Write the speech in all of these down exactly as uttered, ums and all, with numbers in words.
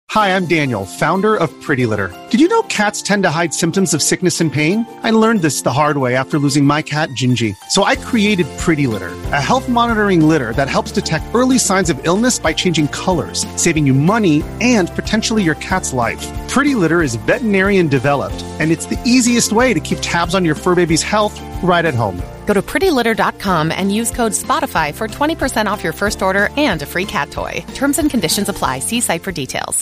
Hi, I'm Daniel, founder of Pretty Litter. Did you know cats tend to hide symptoms of sickness and pain? I learned this the hard way after losing my cat, Gingy. So I created Pretty Litter, a health monitoring litter that helps detect early signs of illness by changing colors, saving you money and potentially your cat's life. Pretty Litter is veterinarian developed, and it's the easiest way to keep tabs on your fur baby's health right at home. Go to pretty litter dot com and use code SPOTIFY for twenty percent off your first order and a free cat toy. Terms and conditions apply. See site for details.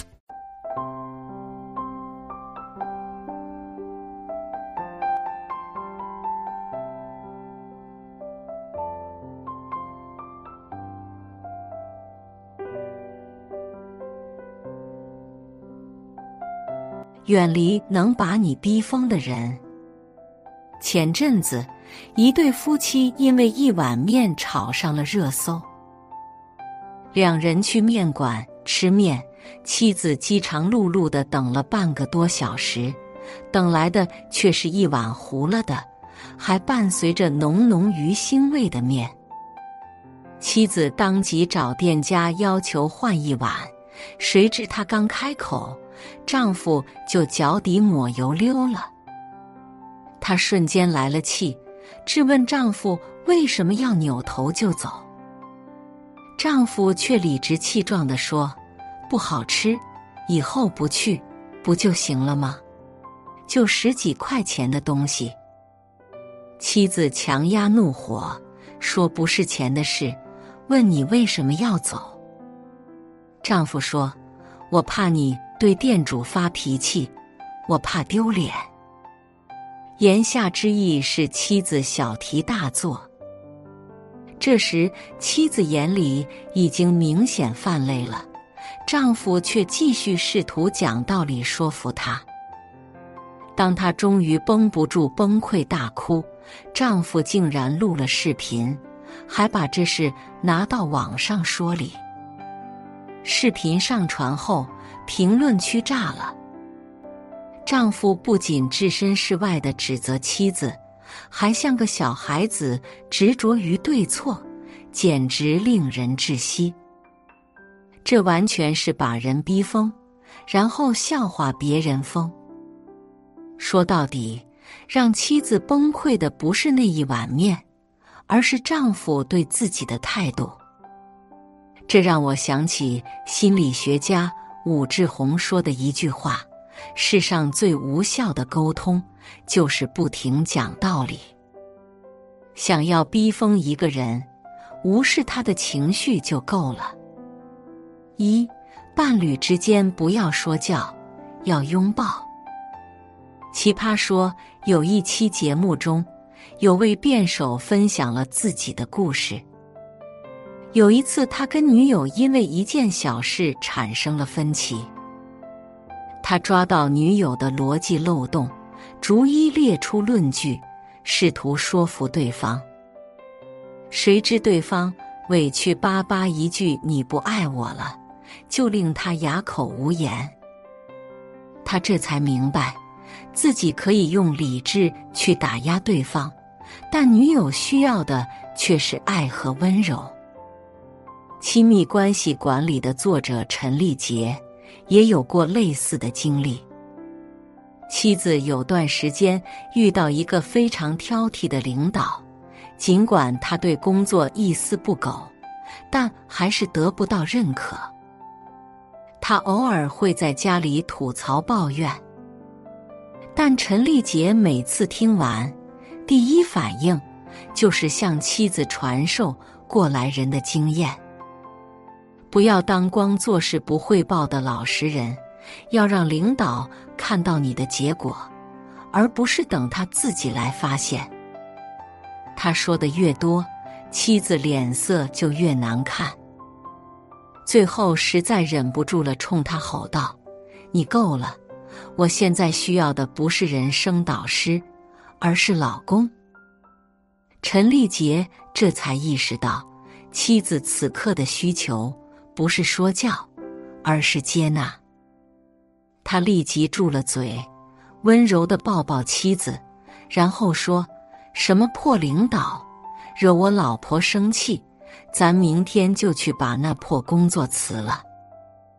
远离能把你逼疯的人。前阵子，一对夫妻因为一碗面炒上了热搜。两人去面馆吃面，妻子饥肠辘辘地等了半个多小时，等来的却是一碗糊了的，还伴随着浓浓鱼腥味的面。妻子当即找店家要求换一碗，谁知她刚开口，丈夫就脚底抹油溜了。她瞬间来了气，质问丈夫为什么要扭头就走。丈夫却理直气壮地说：不好吃，以后不去，不就行了吗？就十几块钱的东西。妻子强压怒火，说不是钱的事，问你为什么要走。丈夫说：我怕你对店主发脾气，我怕丢脸。言下之意是妻子小题大做。这时妻子眼里已经明显泛泪了，丈夫却继续试图讲道理说服她。当她终于绷不住崩溃大哭，丈夫竟然录了视频，还把这事拿到网上说理。视频上传后，评论区炸了。丈夫不仅置身事外地指责妻子，还像个小孩子执着于对错，简直令人窒息。这完全是把人逼疯，然后笑话别人疯。说到底，让妻子崩溃的不是那一碗面，而是丈夫对自己的态度。这让我想起心理学家武志红说的一句话：世上最无效的沟通，就是不停讲道理。想要逼疯一个人，无视他的情绪就够了。一，伴侣之间不要说教，要拥抱。奇葩说有一期节目中，有位辩手分享了自己的故事。有一次，他跟女友因为一件小事产生了分歧。他抓到女友的逻辑漏洞，逐一列出论据，试图说服对方。谁知对方委屈巴巴一句"你不爱我了"，就令他哑口无言。他这才明白，自己可以用理智去打压对方，但女友需要的却是爱和温柔。亲密关系管理的作者陈立杰也有过类似的经历。妻子有段时间遇到一个非常挑剔的领导，尽管他对工作一丝不苟，但还是得不到认可。他偶尔会在家里吐槽抱怨，但陈立杰每次听完，第一反应就是向妻子传授过来人的经验。不要当光做事不汇报的老实人，要让领导看到你的结果，而不是等他自己来发现。他说的越多，妻子脸色就越难看。最后实在忍不住了，冲他吼道：你够了，我现在需要的不是人生导师，而是老公。陈立杰这才意识到，妻子此刻的需求不是说教，而是接纳。他立即住了嘴，温柔地抱抱妻子，然后说：什么破领导，惹我老婆生气，咱明天就去把那破工作辞了。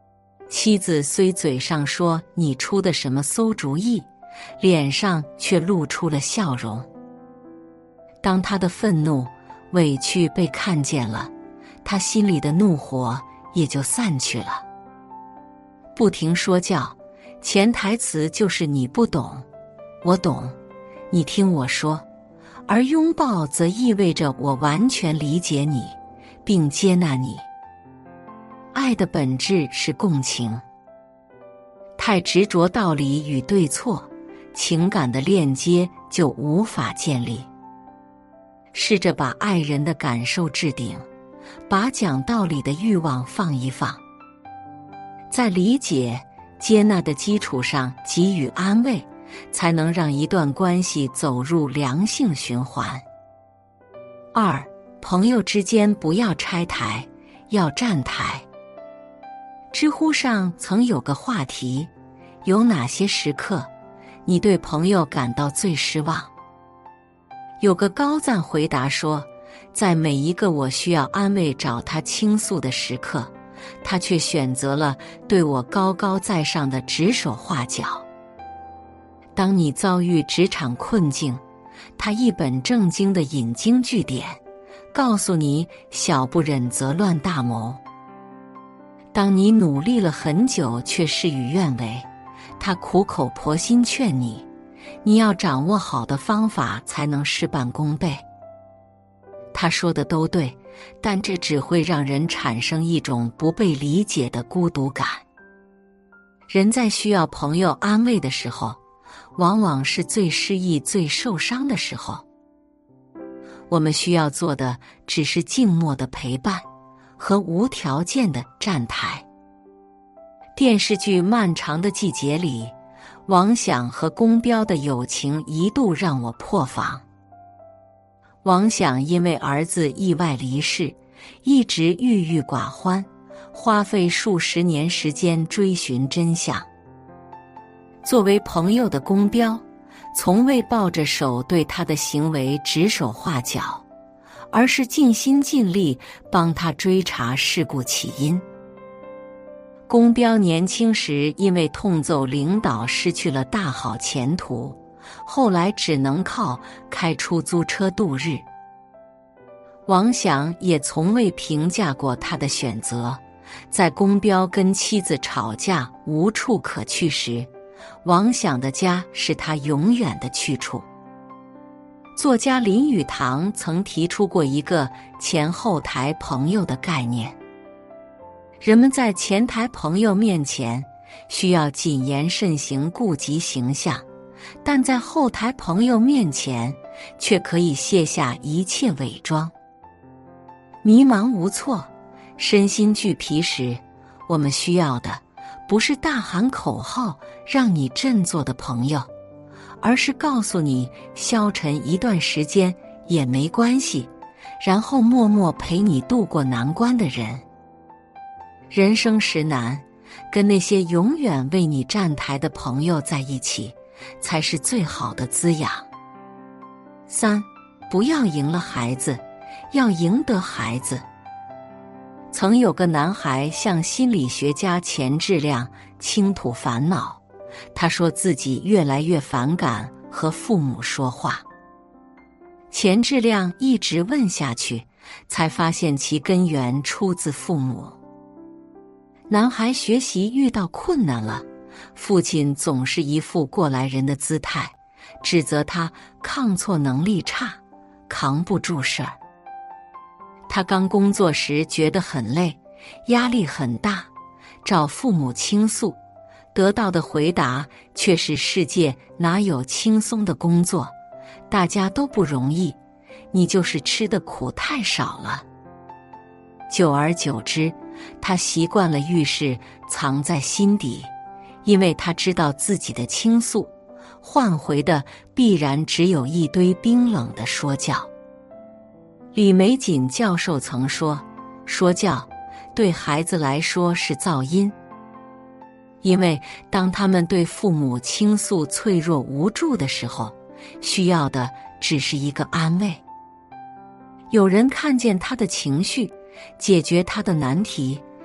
妻子虽嘴上说你出的什么馊主意，脸上却露出了笑容。当他的愤怒、委屈被看见了，他心里的怒火也就散去了。不停说教，潜台词就是你不懂，我懂，你听我说。而拥抱则意味着我完全理解你，并接纳你。爱的本质是共情。太执着道理与对错，情感的链接就无法建立。试着把爱人的感受置顶，把讲道理的欲望放一放，在理解、接纳的基础上给予安慰，才能让一段关系走入良性循环。二，朋友之间不要拆台，要站台。知乎上曾有个话题，有哪些时刻你对朋友感到最失望？有个高赞回答说，在每一个我需要安慰找他倾诉的时刻，他却选择了对我高高在上的指手画脚。当你遭遇职场困境，他一本正经地引经据典，告诉你小不忍则乱大谋。当你努力了很久却事与愿违，他苦口婆心劝你，你要掌握好的方法才能事半功倍。他说的都对，但这只会让人产生一种不被理解的孤独感。人在需要朋友安慰的时候，往往是最失意、最受伤的时候。我们需要做的只是静默的陪伴和无条件的站台。电视剧《漫长的季节》里，王响和宫彪的友情一度让我破防。王响因为儿子意外离世，一直郁郁寡欢，花费数十年时间追寻真相。作为朋友的宫彪，从未抱着手对他的行为指手画脚，而是尽心尽力帮他追查事故起因。宫彪年轻时因为痛揍领导失去了大好前途，后来只能靠开出租车度日。王响也从未评价过他的选择，在宫彪跟妻子吵架无处可去时，王响的家是他永远的去处。作家林语堂曾提出过一个前后台朋友的概念。人们在前台朋友面前需要谨言慎行，顾及形象，但在后台朋友面前却可以卸下一切伪装。迷茫无措、身心俱疲时，我们需要的不是大喊口号让你振作的朋友，而是告诉你消沉一段时间也没关系，然后默默陪你度过难关的人。人生实难，跟那些永远为你站台的朋友在一起，才是最好的滋养。三，不要赢了孩子，要赢得孩子。曾有个男孩向心理学家钱志亮倾吐烦恼，他说自己越来越反感和父母说话。钱志亮一直问下去，才发现其根源出自父母。男孩学习遇到困难了，父亲总是一副过来人的姿态，指责他抗挫能力差，扛不住事儿。他刚工作时觉得很累，压力很大，找父母倾诉，得到的回答却是世界哪有轻松的工作，大家都不容易，你就是吃的苦太少了。久而久之，他习惯了遇事藏在心底，因为他知道自己的倾诉换回的必然只有一堆冰冷的说教。李玫瑾教授曾说，说教对孩子来说是噪音，因为当他们对父母倾诉脆弱无助的时候，需要的只是一个安慰。有人看见他的情绪，解决他的难题，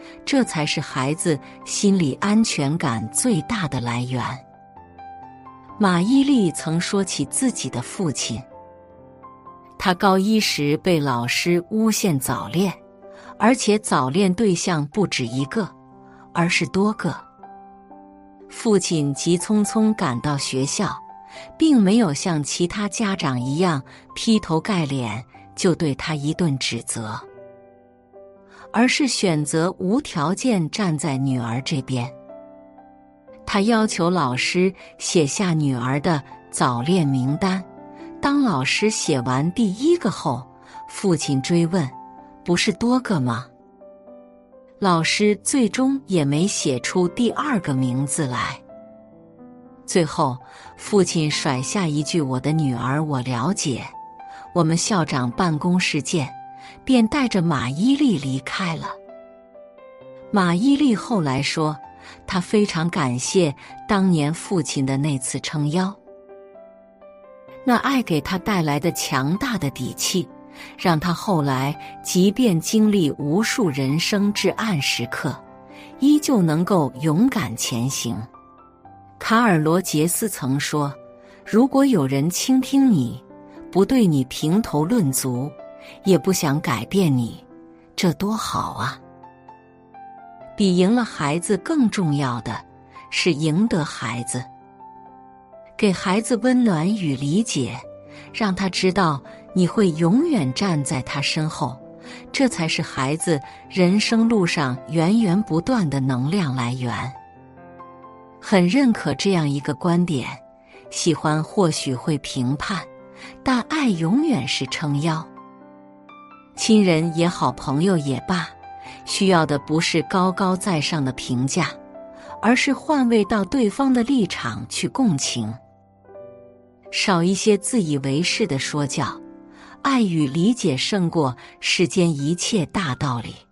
这才是孩子心理安全感最大的来源。马伊琍曾说起自己的父亲，他高一时被老师诬陷早恋，而且早恋对象不止一个，而是多个。父亲急匆匆赶到学校，并没有像其他家长一样劈头盖脸就对他一顿指责，而是选择无条件站在女儿这边。他要求老师写下女儿的早恋名单，当老师写完第一个后，父亲追问：“不是多个吗？”老师最终也没写出第二个名字来。最后，父亲甩下一句：“我的女儿我了解，我们校长办公室见”，便带着马伊琍离开了。马伊琍后来说，她非常感谢当年父亲的那次撑腰，那爱给她带来的强大的底气，让她后来即便经历无数人生至暗时刻，依旧能够勇敢前行。卡尔罗杰斯曾说，如果有人倾听你，不对你评头论足，也不想改变你，这多好啊！比赢了孩子更重要的是赢得孩子，给孩子温暖与理解，让他知道你会永远站在他身后，这才是孩子人生路上源源不断的能量来源。很认可这样一个观点，喜欢或许会评判，但爱永远是撑腰。亲人也好，朋友也罢，需要的不是高高在上的评价，而是换位到对方的立场去共情，少一些自以为是的说教，爱与理解胜过世间一切大道理。